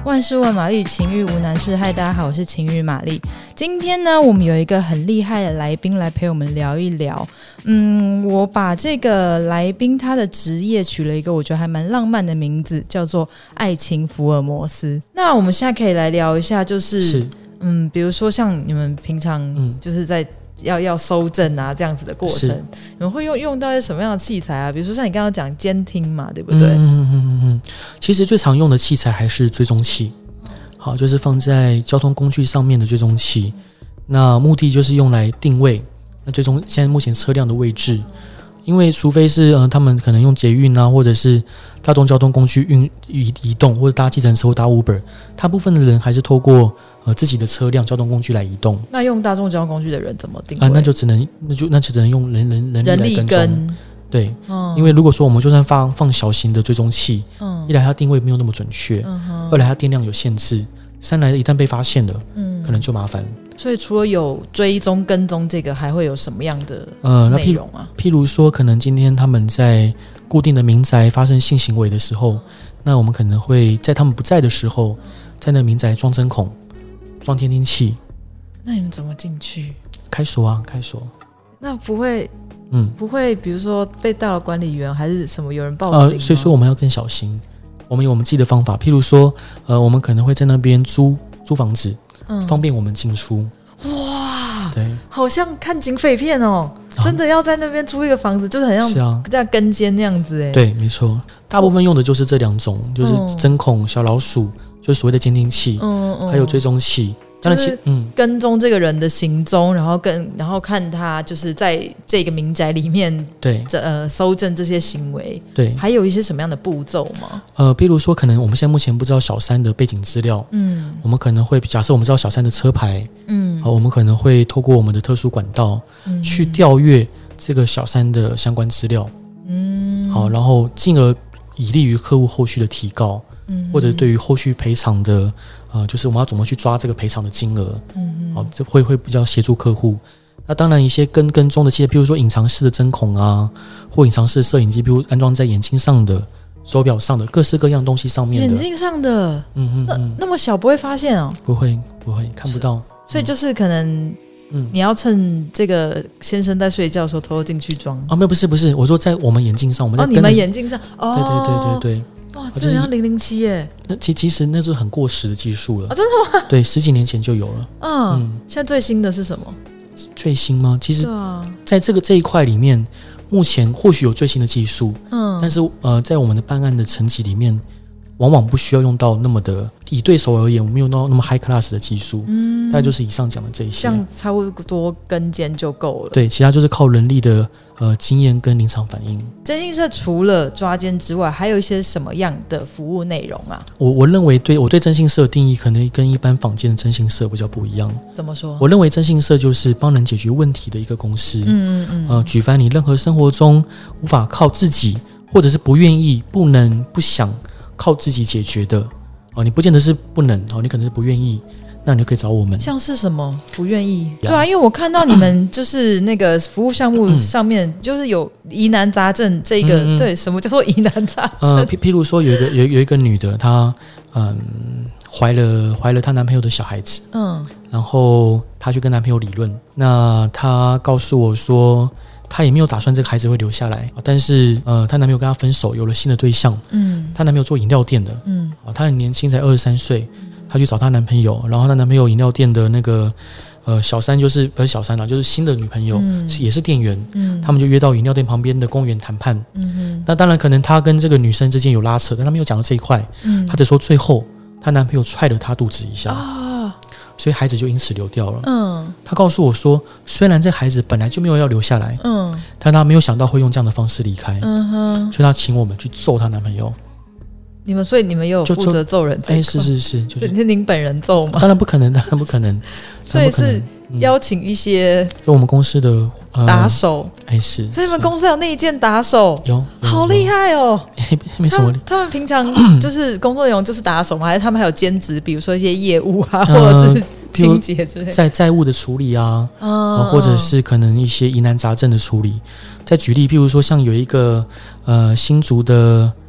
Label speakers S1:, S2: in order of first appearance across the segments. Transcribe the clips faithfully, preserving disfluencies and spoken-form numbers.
S1: 万事问玛丽，情欲无难事。嗨，大家好，我是情欲玛丽。今天呢，我们有一个很厉害的来宾来陪我们聊一聊。嗯，我把这个来宾他的职业取了一个我觉得还蛮浪漫的名字，叫做爱情福尔摩斯。那我们现在可以来聊一下，就是
S2: 是
S1: 嗯，比如说像你们平常就是在要要搜证啊这样子的过程，你们会用用到一些什么样的器材啊？比如说像你刚刚讲监听嘛，对不对？
S2: 嗯嗯嗯嗯。其实最常用的器材还是追踪器，好，就是放在交通工具上面的追踪器。那目的就是用来定位，那追踪现在目前车辆的位置。因为除非是呃他们可能用捷运啊，或者是大众交通工具运移移动，或者搭计程车或搭 Uber， 大部分的人还是透过呃自己的车辆交通工具来移动。
S1: 那用大众交通工具的人怎么定位？
S2: 啊、呃，那就只能那就那就只能用人人人力来跟踪。人力跟对、嗯，因为如果说我们就算放放小型的追踪器，嗯，一来它定位没有那么准确，嗯，二来它电量有限制，三来一旦被发现了，嗯，可能就麻烦。
S1: 所以除了有追踪跟踪这个，还会有什么样的内容啊？
S2: 呃、譬, 譬如说，可能今天他们在固定的民宅发生性行为的时候，那我们可能会在他们不在的时候，在那民宅装针孔、装监听器。
S1: 那你们怎么进去？
S2: 开锁啊，开锁。那
S1: 不会，嗯，不会，比如说被到了管理员还是什么，有人报警、呃？
S2: 所以说我们要更小心。我们有我们自己的方法，譬如说，呃，我们可能会在那边租租房子。嗯、方便我们进出。
S1: 哇，
S2: 对，
S1: 好像看警匪片哦，啊、真的要在那边租一个房子，就是很像在跟监那样子哎。
S2: 对，没错，大部分用的就是这两种，哦、就是针孔、小老鼠，就是所谓的监听器，嗯嗯，还有追踪器。
S1: 就是跟踪这个人的行踪，然后跟然后看他就是在这个民宅里面
S2: 对
S1: 这呃搜证这些行为，
S2: 对，
S1: 还有一些什么样的步骤吗？
S2: 呃，比如说可能我们现在目前不知道小三的背景资料，嗯，我们可能会假设我们知道小三的车牌，嗯，好，我们可能会透过我们的特殊管道，嗯，去调阅这个小三的相关资料，嗯，好，然后进而以利于客户后续的提告。嗯、或者对于后续赔偿的，呃，就是我们要怎么去抓这个赔偿的金额，嗯，好，这会会比较协助客户。那当然，一些跟跟踪的器材，比如说隐藏式的针孔啊，或隐藏式的摄影机，比如安装在眼睛上的、手表上的，各式各样东西上面的。
S1: 眼睛上的，嗯嗯嗯，那, 那么小不会发现哦？
S2: 不会，不会看不到。
S1: 所以就是可能，嗯，你要趁这个先生在睡觉的时候偷偷进去装。
S2: 啊，没有，不是不是，我说在我们眼镜上，我们在
S1: 哦，你们眼镜上，哦，
S2: 对对对对对。
S1: 哇，这很像零零七耶！
S2: 那其其实那是很过时的技术了
S1: 啊，真的吗？
S2: 对，十几年前就有了。
S1: 嗯，嗯现在最新的是什么？
S2: 最新吗？其实，在这个这一块里面，目前或许有最新的技术，嗯，但是呃，在我们的办案的层级里面，往往不需要用到那么的，以对手而言，我们用到那么 high class 的技术，嗯，大概就是以上讲的这一些，
S1: 像差不多跟监就够了。
S2: 对，其他就是靠人力的呃经验跟临场反应。
S1: 征信社除了抓奸之外，还有一些什么样的服务内容啊？
S2: 我我认为对我对征信社的定义可能跟一般坊间的征信社比较不一样。
S1: 怎么说？
S2: 我认为征信社就是帮人解决问题的一个公司。嗯嗯嗯。呃，举凡你任何生活中无法靠自己，或者是不愿意、不能、不想靠自己解决的，哦，你不见得是不能，哦，你可能是不愿意。那你就可以找我们。
S1: 像是什么不愿意？对啊，因为我看到你们就是那个服务项目上面就是有疑难杂症这个，嗯、对，什么叫做疑难杂症？
S2: 呃，譬譬如说有一个有有一个女的，她嗯怀了怀了她男朋友的小孩子，嗯，然后她去跟男朋友理论，那她告诉我说，她也没有打算这个孩子会留下来，但是呃，她男朋友跟她分手，有了新的对象，嗯，她男朋友做饮料店的，嗯，她很年轻，才二十三岁。她去找她男朋友，然后她男朋友饮料店的那个呃小三，就是不是小三啦，就是新的女朋友，嗯、也是店员，嗯，他们就约到饮料店旁边的公园谈判。嗯哼，那当然可能她跟这个女生之间有拉扯，但她没有讲到这一块，嗯，她只说最后她男朋友踹了她肚子一下，啊，所以孩子就因此流掉了。嗯，她告诉我说，虽然这孩子本来就没有要留下来，嗯，但她没有想到会用这样的方式离开，嗯哼，所以她请我们去揍她男朋友。
S1: 你们所以你们也有负责揍人这一块？
S2: 哎，是是是，
S1: 就是是您本人揍吗？
S2: 当然不可能，当然不可能。
S1: 所以是邀请一些，
S2: 就我们公司的、呃、
S1: 打手，
S2: 哎是。
S1: 所以你们公司有内建打手，
S2: 有，有
S1: 好厉害哦！
S2: 哎，没什么厉害。
S1: 他们平常就是工作内容就是打手吗？还是他们还有兼职，比如说一些业务啊，或者是清洁之类的，
S2: 在债务的处理啊，嗯、或者是可能一些疑难杂症的处理。再举例，譬如说像有一个呃新竹的。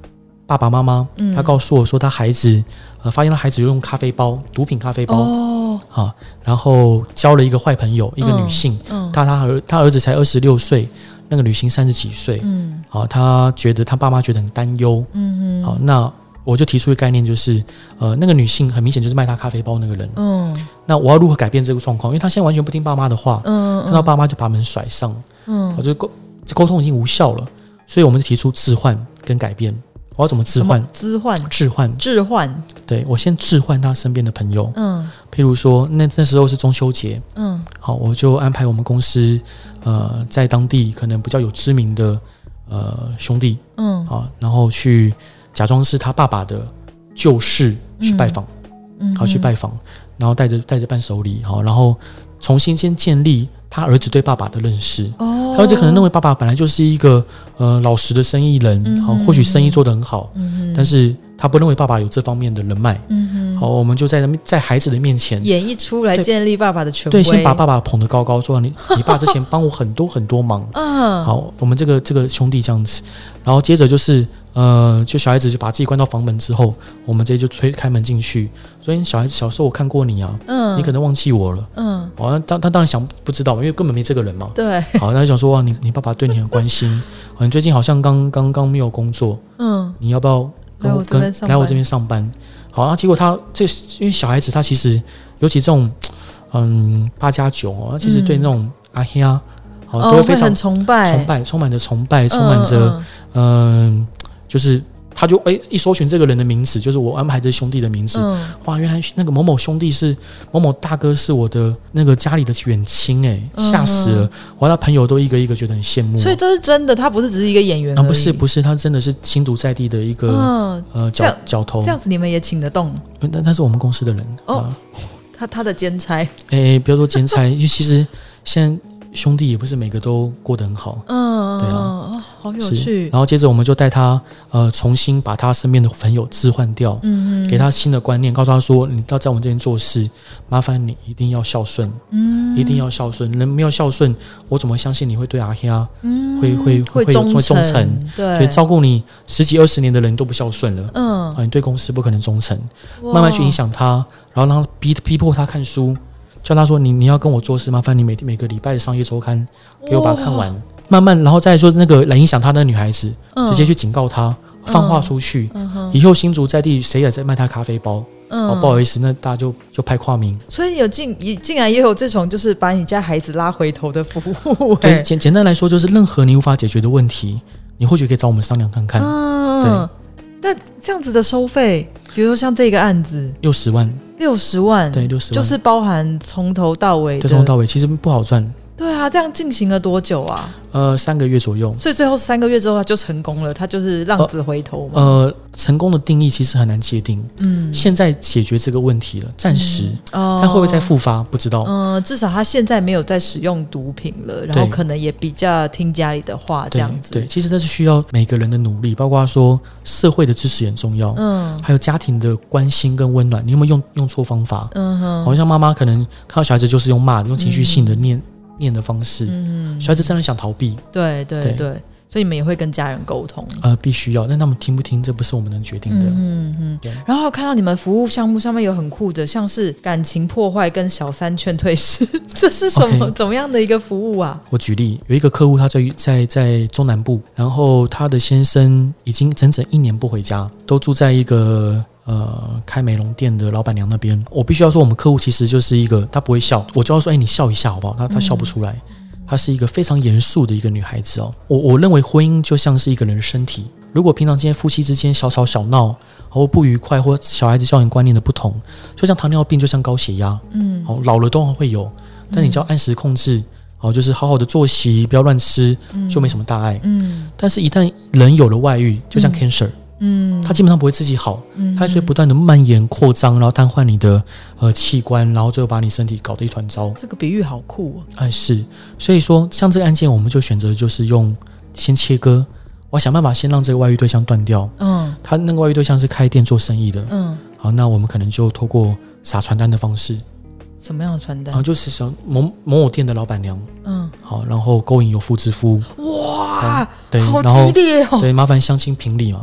S2: 爸爸妈妈，嗯、他告诉我说他孩子呃发现他孩子用咖啡包毒品咖啡包哦，好，然后交了一个坏朋友，一个女性，嗯，他他儿他儿子才二十六岁，那个女性三十几岁，嗯，好，他觉得他爸妈觉得很担忧，嗯嗯，好，那我就提出一个概念，就是呃那个女性很明显就是卖他咖啡包那个人，嗯，那我要如何改变这个状况？因为他现在完全不听爸妈的话，嗯，看到爸妈就把门甩上，嗯，我就沟沟通已经无效了，所以我们就提出置换跟改变。我要怎么置换？
S1: 置换，
S2: 置换，
S1: 置换。
S2: 对，我先置换他身边的朋友。嗯，譬如说，那那时候是中秋节。嗯，好，我就安排我们公司，呃，在当地可能比较有知名的呃兄弟。嗯，好，然后去假装是他爸爸的旧事去拜访。嗯，好，去拜访，然后带着带着伴手礼，好，然后重新先建立他儿子对爸爸的认识。哦，他儿子可能认为爸爸本来就是一个呃老实的生意人，嗯、好，或许生意做得很好，嗯、但是他不认为爸爸有这方面的人脉。嗯、好，我们就在在孩子的面前
S1: 演绎出来，建立爸爸的权威。
S2: 对，先把爸爸捧得高高，说你你爸之前帮我很多很多忙。嗯，好，我们这个这个兄弟这样子，然后接着就是呃，就小孩子就把自己关到房门之后，我们直接就推开门进去。所以小孩子小时候我看过你啊，嗯，你可能忘记我了，嗯，好，他他当然想不知道嘛，因为根本没这个人嘛，
S1: 对，
S2: 好，他就想说哇，你你爸爸对你很关心，好，你最近好像刚刚刚没有工作，嗯，你要不要跟我跟来我这边上班？好，然后结果他这因为小孩子他其实尤其这种嗯八加九哦，其实对那种阿黑啊，好、哦、都会非常
S1: 崇拜，
S2: 崇拜，充满着崇拜，充满着嗯、呃，就是。他就哎、欸、一搜寻这个人的名字，就是我安排这兄弟的名字。嗯、哇，原来那个某某兄弟是某某大哥，是我的那个家里的远亲哎、欸，吓、嗯、死了！我他朋友都一个一个觉得很羡慕。
S1: 所以这是真的，他不是只是一个演员而已。
S2: 啊，不是不是，他真的是新竹在地的一个、嗯、呃角角头。
S1: 这样子你们也请得动？
S2: 那他是我们公司的人哦。
S1: 啊、他他的兼差，哎、
S2: 欸，不要说兼差，因为其实现在兄弟也不是每个都过得很好。嗯，对啊。
S1: 好有趣，
S2: 然后接着我们就带他呃重新把他身边的朋友置换掉，嗯嗯，给他新的观念，告诉他说你要在我们这边做事，麻烦你一定要孝顺，嗯，一定要孝顺，人没有孝顺，我怎么相信你会对阿黑啊，嗯，会会
S1: 会会忠诚，
S2: 对，照顾你十几二十年的人都不孝顺了，嗯，啊，你对公司不可能忠诚，慢慢去影响他，然后让他逼逼迫他看书，叫他说你你要跟我做事，麻烦你每每个礼拜的商业周刊给我把它看完。慢慢，然后再说那个来影响他的女孩子，嗯、直接去警告他，放话出去。嗯、以后新竹在地谁也在卖他咖啡包，嗯、哦，不好意思，那大家就就拍跨名。
S1: 所以有进竟然也有这种就是把你家孩子拉回头的服务。
S2: 对，简简单来说就是任何你无法解决的问题，你或许可以找我们商量看看。嗯、对。
S1: 那这样子的收费，比如说像这个案子，
S2: 六十万，
S1: 六十万，
S2: 对，六十万，
S1: 就是包含从头到尾的，
S2: 从头到尾其实不好赚。
S1: 对啊，这样进行了多久啊？
S2: 呃，三个月左右。所
S1: 以最后三个月之后他就成功了，他就是浪子回头嘛。
S2: 呃，成功的定义其实很难界定。嗯，现在解决这个问题了，暂时。嗯、哦，但会不会再复发？不知道。嗯、呃，
S1: 至少他现在没有在使用毒品了，然后可能也比较听家里的话，这样子。
S2: 对，对，其实这是需要每个人的努力，包括说社会的支持也很重要。嗯，还有家庭的关心跟温暖。你有没有用用错方法？嗯哼，好像妈妈可能看到小孩子就是用骂的，用情绪性的念。嗯念的方式，嗯，小孩子真的想逃避，
S1: 对对 对, 对，所以你们也会跟家人沟通，
S2: 呃，必须要，但他们听不听，这不是我们能决定的，嗯
S1: 嗯嗯。然后看到你们服务项目上面有很酷的，像是感情破坏跟小三劝退师，这是什么、okay. 怎么样的一个服务啊？
S2: 我举例，有一个客户，他在在在中南部，然后他的先生已经整整一年不回家，都住在一个。呃，开美容店的老板娘那边，我必须要说，我们客户其实就是一个，她不会笑，我就要说，哎、欸，你笑一下好不好？她她笑不出来，她是一个非常严肃的一个女孩子哦。我我认为婚姻就像是一个人的身体，如果平常今天夫妻之间小吵小闹，或不愉快，或小孩子教养观念的不同，就像糖尿病，就像高血压，嗯，好，老了都会有，但你只要按时控制。好，就是好好的作息，不要乱吃，就没什么大碍。嗯，但是一旦人有了外遇，就像 cancer。嗯，它基本上不会自己好，嗯、它会不断的蔓延扩张，然后瘫痪你的呃器官，然后最后把你身体搞得一团糟。
S1: 这个比喻好酷哦！
S2: 哎，是，所以说像这个案件，我们就选择就是用先切割，我要想办法先让这个外遇对象断掉。嗯，他那个外遇对象是开店做生意的。嗯，好，那我们可能就透过撒传单的方式。
S1: 什么样的传单？
S2: 然后就是说某某某店的老板娘，嗯，好，然后勾引有妇之夫，
S1: 哇，
S2: 对，
S1: 好
S2: 然后
S1: 激烈哦，
S2: 对，麻烦乡亲评理嘛。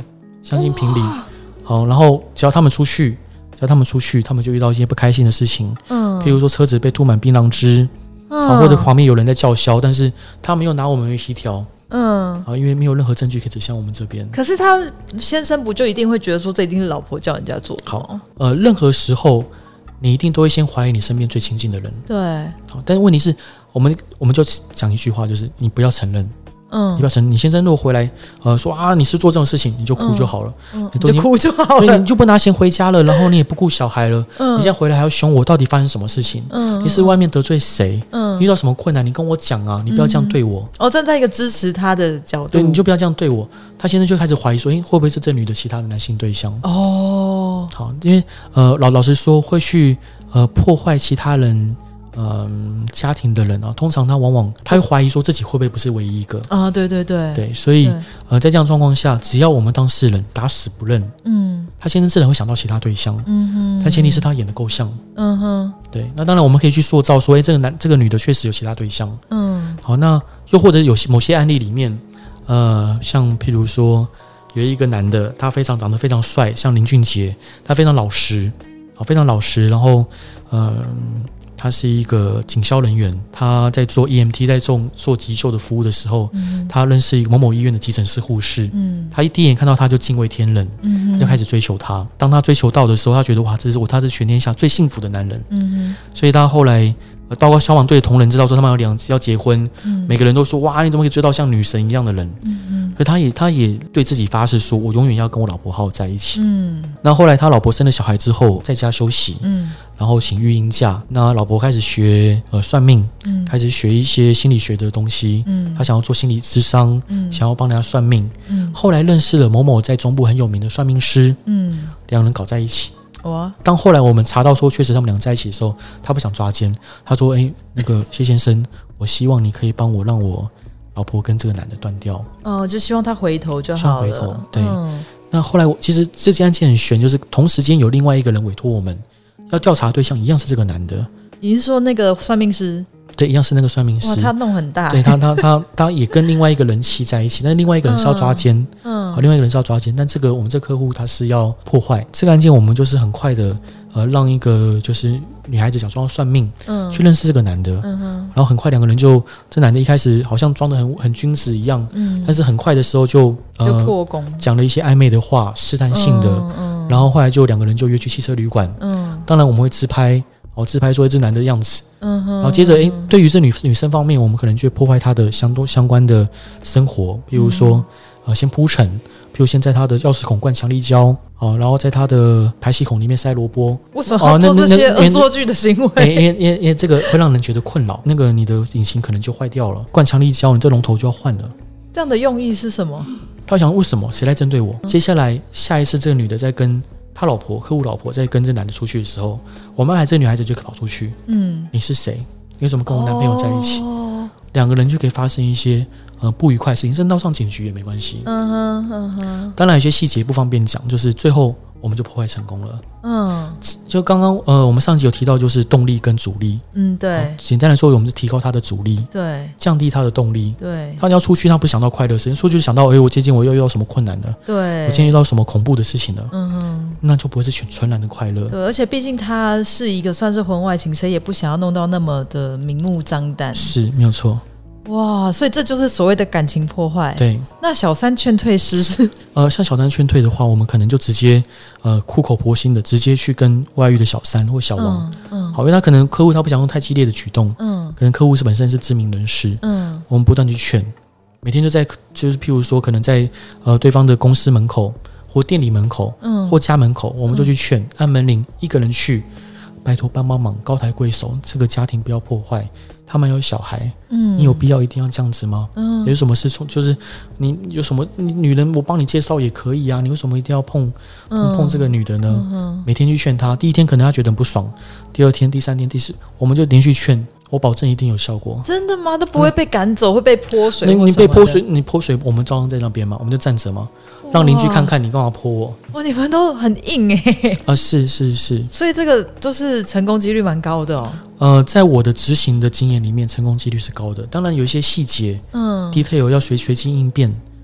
S2: 相信评理。好，然后只要他们出去，只要他们出去，他们就遇到一些不开心的事情。嗯，譬如说车子被涂满槟榔汁，嗯，或者旁边有人在叫嚣，但是他们又拿我们为皮条。嗯，啊，因为没有任何证据可以指向我们这边。
S1: 可是他先生不就一定会觉得说这一定是老婆叫人家做的？
S2: 好，呃，任何时候你一定都会先怀疑你身边最亲近的人。
S1: 对，
S2: 好，但是问题是我们我们就讲一句话，就是你不要承认。嗯，你不要承认。你先生如果回来，呃，说啊你是做这种事情，你就哭就好了。
S1: 嗯，你都就哭就好了，
S2: 你就不拿钱回家了，然后你也不顾小孩了。嗯，你现在回来还要凶我，到底发生什么事情？嗯，你是外面得罪谁？嗯，遇到什么困难，你跟我讲啊，你不要这样对我。
S1: 哦，站在一个支持他的角度，
S2: 对，你就不要这样对我。他现在就开始怀疑说，诶，会不会是这女的其他的男性对象？哦，好，因为呃，老老实说，会去呃破坏其他人。嗯，家庭的人啊，通常他往往他会怀疑说自己会不会不是唯一一个
S1: 啊？对对对
S2: 对，所以呃，在这样状况下，只要我们当事人打死不认，嗯，他先生自然会想到其他对象，嗯哼，但前提是他演得够像，嗯哼，对。那当然我们可以去塑造说，哎，这个男这个女的确实有其他对象，嗯，好，那又或者有某些案例里面，呃，像譬如说有一个男的，他非常长得非常帅，像林俊杰，他非常老实，好，非常老实，然后嗯。呃他是一个警消人员，他在做 E M T， 在做做急救的服务的时候，嗯、他认识一个某某医院的急诊室护士，嗯、他一第一眼看到他就敬畏天人，嗯、他就开始追求他。当他追求到的时候，他觉得哇，这是我，他是全天下最幸福的男人。嗯、所以他后来，包括消防队的同仁知道说他们有两要结婚，嗯、每个人都说哇，你怎么可以追到像女神一样的人？嗯、所以他也他也对自己发誓说，我永远要跟我老婆好好在一起。嗯，那后来他老婆生了小孩之后，在家休息。嗯。然后请育婴假，那老婆开始学呃算命，嗯，开始学一些心理学的东西，嗯，他想要做心理咨商，嗯，想要帮人家算命，嗯，后来认识了某某在中部很有名的算命师，嗯，两人搞在一起。哇！当后来我们查到说确实他们俩在一起的时候，他不想抓奸，他说：“哎，那个谢先生，我希望你可以帮我让我老婆跟这个男的断掉。”
S1: 哦，就希望他回头就好了。
S2: 希望回头，对。嗯、那后来我其实这件案件很悬，就是同时间有另外一个人委托我们。要调查对象一样是这个男的，
S1: 你是说那个算命师？
S2: 对，一样是那个算命师。
S1: 哇，他弄很大。
S2: 对他，他他他也跟另外一个人妻在一起，但是另外一个人是要抓奸，嗯，好，另外一个人是要抓奸，但这个我们这个客户他是要破坏这个案件，我们就是很快的，呃，让一个就是女孩子假装要算命，嗯，去认识这个男的，嗯哼，然后很快两个人就，这男的一开始好像装得很很君子一样，嗯，但是很快的时候就呃
S1: 就破功，
S2: 讲了一些暧昧的话，试探性的，嗯。嗯然后后来就两个人就约去汽车旅馆，嗯，当然我们会自拍，哦，自拍做一只男的样子，嗯哼，然后接着，诶，对于这女女生方面，我们可能就会破坏她的相多相关的生活，比如说，嗯、呃，先铺陈，比如先在她的钥匙孔灌强力胶，哦，然后在她的排气孔里面塞萝卜，
S1: 为什么要做这些恶作剧的行为？
S2: 因为因为因为这个会让人觉得困扰，那个你的引擎可能就坏掉了，灌强力胶，你这龙头就要换了。
S1: 这样的用意是什么？
S2: 他想为什么谁来针对我？接下来下一次这个女的在跟他老婆客户老婆在跟这男的出去的时候，我们还这女孩子就跑出去，嗯，你是谁？你为什么跟我男朋友在一起？哦、两个人就可以发生一些呃不愉快的事情，甚至闹上警局也没关系。嗯哼嗯哼。当然有些细节不方便讲，就是最后我们就破坏成功了。嗯，就刚刚呃我们上集有提到就是动力跟阻力。嗯，对。哦、简单来说，我们是提高他的阻力，
S1: 对，
S2: 降低他的动力。
S1: 对，
S2: 他要出去，他不想到快乐事情，出去想到哎，我接近我又遇到什么困难了？
S1: 对，
S2: 我今天遇到什么恐怖的事情了？嗯哼，那就不会是全纯然的快乐。
S1: 对，而且毕竟他是一个算是婚外情，谁也不想要弄到那么的明目张胆。
S2: 是，没有错。
S1: 哇，所以这就是所谓的感情破坏。
S2: 对，
S1: 那小三劝退师是
S2: 呃，像小三劝退的话，我们可能就直接呃苦口婆心的直接去跟外遇的小三或小王，嗯，嗯好，因为他可能客户他不想用太激烈的举动，嗯，可能客户是本身是知名人士，嗯，我们不断去劝，每天就在就是譬如说可能在呃对方的公司门口或店里门口，嗯，或家门口，我们就去劝，嗯、按门铃，一个人去，拜托帮帮忙，高抬贵手，这个家庭不要破坏。他们有小孩，嗯，你有必要一定要这样子吗？嗯，有什么事就是你有什么你女人我帮你介绍也可以啊，你为什么一定要碰碰、嗯、碰这个女的呢？嗯、每天去劝她，第一天可能她觉得很不爽，第二天、第三天、第四，我们就连续劝，我保证一定有效果。
S1: 真的吗？都不会被赶走，嗯、会被泼水？
S2: 你你被泼水，你泼水，我们照样在那边嘛，我们就站着嘛。让邻居看看你干嘛泼我？
S1: 哇，你们都很硬哎、欸！
S2: 啊，是是是，
S1: 所以这个就是成功几率蛮高的哦。
S2: 呃，在我的执行的经验里面，成功几率是高的。当然有一些细节，嗯 ，detail 要随随机应变，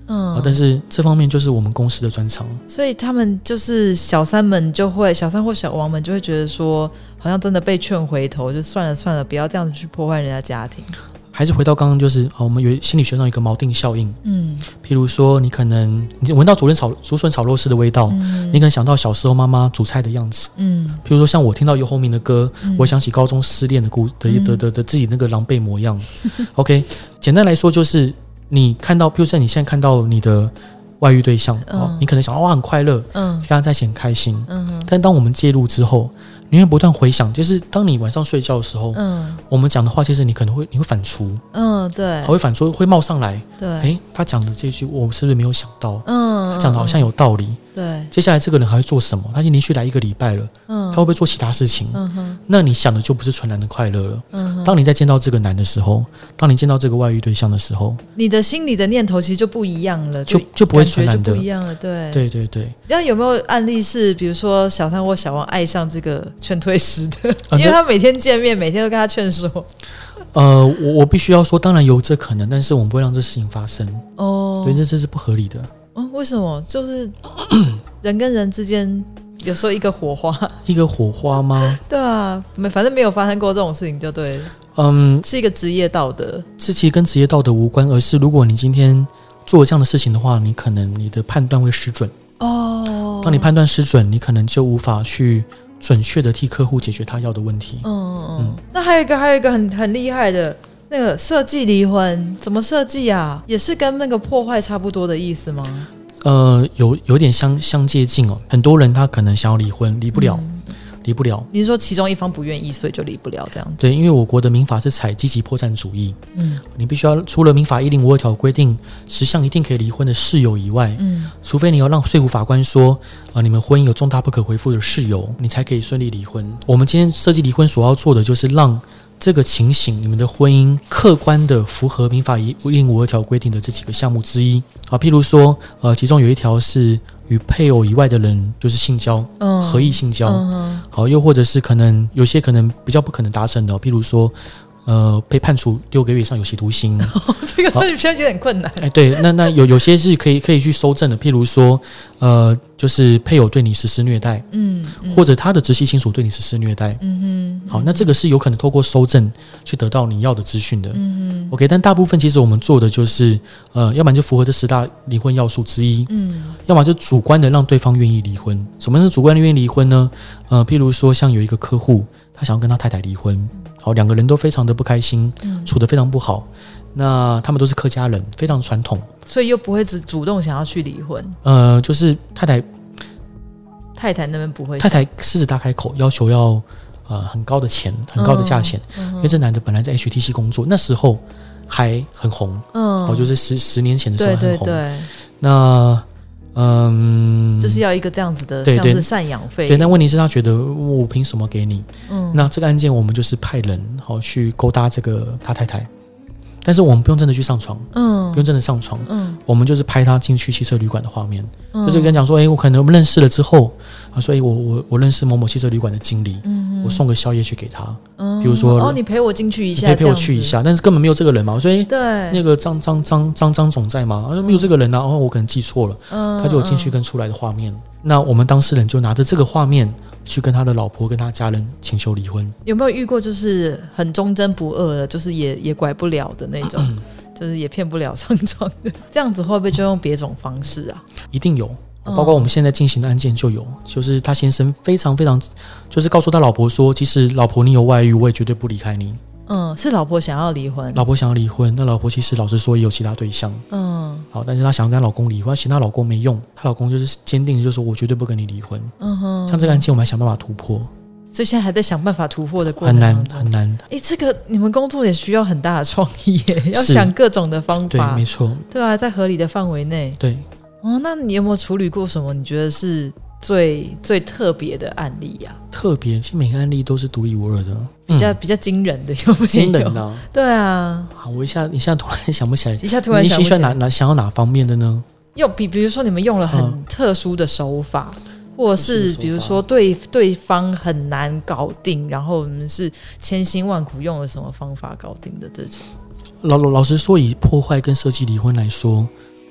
S2: 嗯、呃，但是这方面就是我们公司的专长，
S1: 所以他们就是小三们就会小三或小王们就会觉得说，好像真的被劝回头，就算了算了，不要这样子去破坏人家家庭。
S2: 还是回到刚刚，就是我们有心理学上有一个锚定效应，嗯，譬如说你可能你闻到竹笋炒竹笋炒肉丝的味道，嗯，你可能想到小时候妈妈煮菜的样子，嗯，譬如说像我听到游鸿明的歌，嗯，我想起高中失恋的故的的的的自己那个狼狈模样。嗯、OK， 简单来说就是你看到，譬如说你现在看到你的外遇对象，嗯哦、你可能想到哇很快乐，嗯，跟他在一起很开心，嗯，但当我们介入之后。你会不断回想，就是当你晚上睡觉的时候，嗯，我们讲的话，其实你可能会你会反刍，
S1: 嗯，对，
S2: 还会反刍，会冒上来，
S1: 对，
S2: 哎，他讲的这句，我是不是没有想到？嗯，他讲的好像有道理，
S1: 对。
S2: 接下来这个人还会做什么？他已经连续来一个礼拜了，嗯，他会不会做其他事情？嗯哼，那你想的就不是纯然的快乐了。嗯哼，当你在见到这个男的时候，当你见到这个外遇对象的时候，
S1: 你的心里的念头其实就不一样了，
S2: 就就不会纯然的
S1: 不一样了，对，
S2: 对对对。
S1: 那有没有案例是，比如说小三或小王爱上这个劝退师的？因为他每天见面，每天都跟他劝说。
S2: 呃，我我必须要说，当然有这可能，但是我们不会让这事情发生。哦，对，这这是不合理的。
S1: 哦，为什么？就是人跟人之间有时候一个火花，
S2: 一个火花吗？
S1: 对啊，没，反正没有发生过这种事情就对了。
S2: 嗯，
S1: 是一个职业道德，
S2: 这其实跟职业道德无关，而是如果你今天做这样的事情的话，你可能你的判断会失准。哦，当你判断失准，你可能就无法去。准确的替客户解决他要的问题。嗯
S1: 嗯，那还有一个还有一个很很厉害的那个设计离婚，怎么设计啊？也是跟那个破坏差不多的意思吗？
S2: 呃，有有点相相接近哦。很多人他可能想要离婚，离不了。嗯离不了，
S1: 你是说其中一方不愿意，所以就离不了这样子？
S2: 对，因为我国的民法是采积极破产主义，嗯，你必须要除了民法一零五二条规定十项一定可以离婚的事由以外，嗯，除非你要让税务法官说，呃，你们婚姻有重大不可回复的事由，你才可以顺利离婚。我们今天设计离婚所要做的就是让这个情形，你们的婚姻客观的符合民法一零五二条规定的这几个项目之一啊，譬如说，呃，其中有一条是。与配偶以外的人就是性交，嗯，合意性交，嗯，好，又或者是可能有些可能比较不可能达成的，譬如说，呃，被判处六个月以上有期徒刑，
S1: 哦，这个现在有点困难。
S2: 哎，对，那那有有些是可以可以去搜证的，譬如说，呃，就是配偶对你实施虐待，嗯，嗯或者他的直系亲属对你实施虐待，嗯哼，好，那这个是有可能透过搜证去得到你要的资讯的，嗯哼 ，OK， 但大部分其实我们做的就是，呃，要不然就符合这十大离婚要素之一，嗯，要么就主观的让对方愿意离婚。什么是主观的愿意离婚呢？呃，譬如说像有一个客户，他想要跟他太太离婚。好，两个人都非常的不开心，嗯，处得非常不好。那他们都是客家人，非常传统，
S1: 所以又不会只主动想要去离婚。
S2: 呃，就是太太，
S1: 太太那边不会，
S2: 太太狮子大开口，要求要呃很高的钱，很高的价钱，嗯嗯，因为这男的本来在 H T C 工作，那时候还很红，嗯，哦，就是十十年前的时候很红。
S1: 对对对，
S2: 那。嗯，
S1: 就是要一个这样子的，像是赡养费。
S2: 对，但问题是他觉得我凭什么给你？嗯，那这个案件我们就是派人好去勾搭这个他太太，但是我们不用真的去上床，嗯，不用真的上床，嗯，我们就是拍他进去汽车旅馆的画面，嗯，就是跟讲说，哎，我可能我们认识了之后，啊，所以我我我认识某某汽车旅馆的经理，嗯，我送个宵夜去给他，嗯，比如说，
S1: 哦，你陪我进去一下，
S2: 你陪我去一下，但是根本没有这个人嘛，所以
S1: 对，
S2: 那个张张张张张总在吗？啊，没有这个人啊，然后我可能记错了，嗯，他就有进去跟出来的画面，那我们当事人就拿着这个画面。去跟他的老婆跟他家人请求离婚。
S1: 有没有遇过就是很忠贞不二的，就是也也拐不了的那种，嗯，就是也骗不了上床的，这样子会不会就用别种方式啊？
S2: 一定有，包括我们现在进行的案件就有，就是他先生非常非常，就是告诉他老婆说，其实老婆你有外遇，我也绝对不离开你。
S1: 嗯，是老婆想要离婚，
S2: 老婆想要离婚，那老婆其实老实说也有其他对象，嗯，好，但是她想要跟她老公离婚，嫌她老公没用，她老公就是坚定，就是说我绝对不跟你离婚。嗯哼，像这个案件，我们还想办法突破，
S1: 所以现在还在想办法突破的过程，很
S2: 难很难。
S1: 哎，这个你们工作也需要很大的创意耶，要想各种的方法，
S2: 对，没错，
S1: 对啊，在合理的范围内，
S2: 对。
S1: 哦，那你有没有处理过什么？你觉得是？最最特别的案例呀，啊，
S2: 特别，其实每个案例都是独一无二的，
S1: 比较、嗯、比较惊人的，有没有？
S2: 惊人的，啊，
S1: 对啊。
S2: 好，我一下一下突然想不起来，
S1: 一下突然想不起来，
S2: 你喜欢哪哪想要哪方面的呢？
S1: 又比比如说你们用了很特殊的手法，嗯，或者是比如说对对方很难搞定，然后你们是千辛万苦用了什么方法搞定的这种？
S2: 老老实说，以破坏跟设计离婚来说。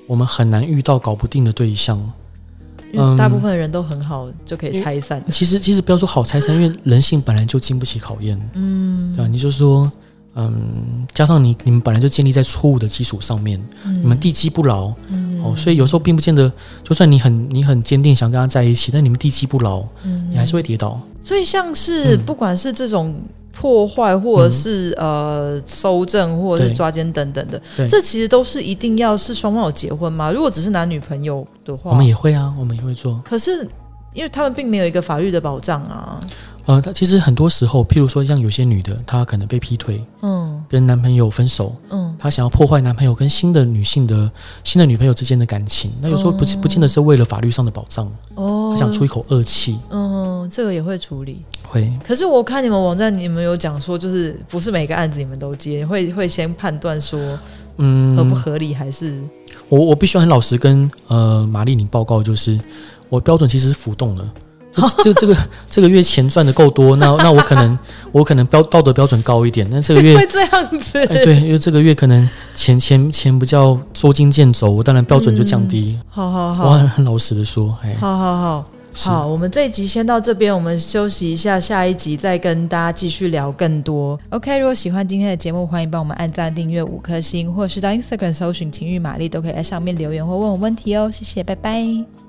S2: 我们很难遇到搞不定的对象，
S1: 因为大部分人都很好就可以拆散。
S2: 其实其实不要说好拆散，因为人性本来就经不起考验。嗯，对啊，你就说，嗯，加上你你们本来就建立在错误的基础上面，嗯、你们地基不牢，嗯、哦，所以有时候并不见得，就算你很你很坚定想跟他在一起，但你们地基不牢，嗯、你还是会跌倒。
S1: 所以像是、嗯、不管是这种破坏，或者是、嗯、呃搜证，或者是抓奸等等的，这其实都是一定要是双方有结婚吗？如果只是男女朋友的话，
S2: 我们也会啊，我们也会做。
S1: 可是因为他们并没有一个法律的保障啊。
S2: 呃，其实很多时候，譬如说像有些女的，她可能被劈腿，嗯，跟男朋友分手，嗯，她想要破坏男朋友跟新的女性的新的女朋友之间的感情，那有时候不、哦、不见得是为了法律上的保障，哦，她想出一口恶气，
S1: 嗯，这个也会处理，
S2: 会。
S1: 可是我看你们网站，你们有讲说，就是不是每个案子你们都接，会会先判断说，嗯，合不合理，还是
S2: 我我必须很老实跟呃玛丽你报告，就是我标准其实是浮动的。这这个这个月钱赚的够多，那那我可能我可能标道德标准高一点，但这个月
S1: 会这样子，
S2: 哎，对，因为这个月可能钱钱钱比较捉襟见肘，我当然标准就降低。嗯、
S1: 好好好，
S2: 我很很老实的说，哎，
S1: 好好好好，我们这一集先到这边，我们休息一下，下一集再跟大家继续聊更多。OK， 如果喜欢今天的节目，欢迎帮我们按赞、订阅五颗星，或者是到 Instagram 搜寻情欲玛丽，都可以在上面留言或问我问题哦。谢谢，拜拜。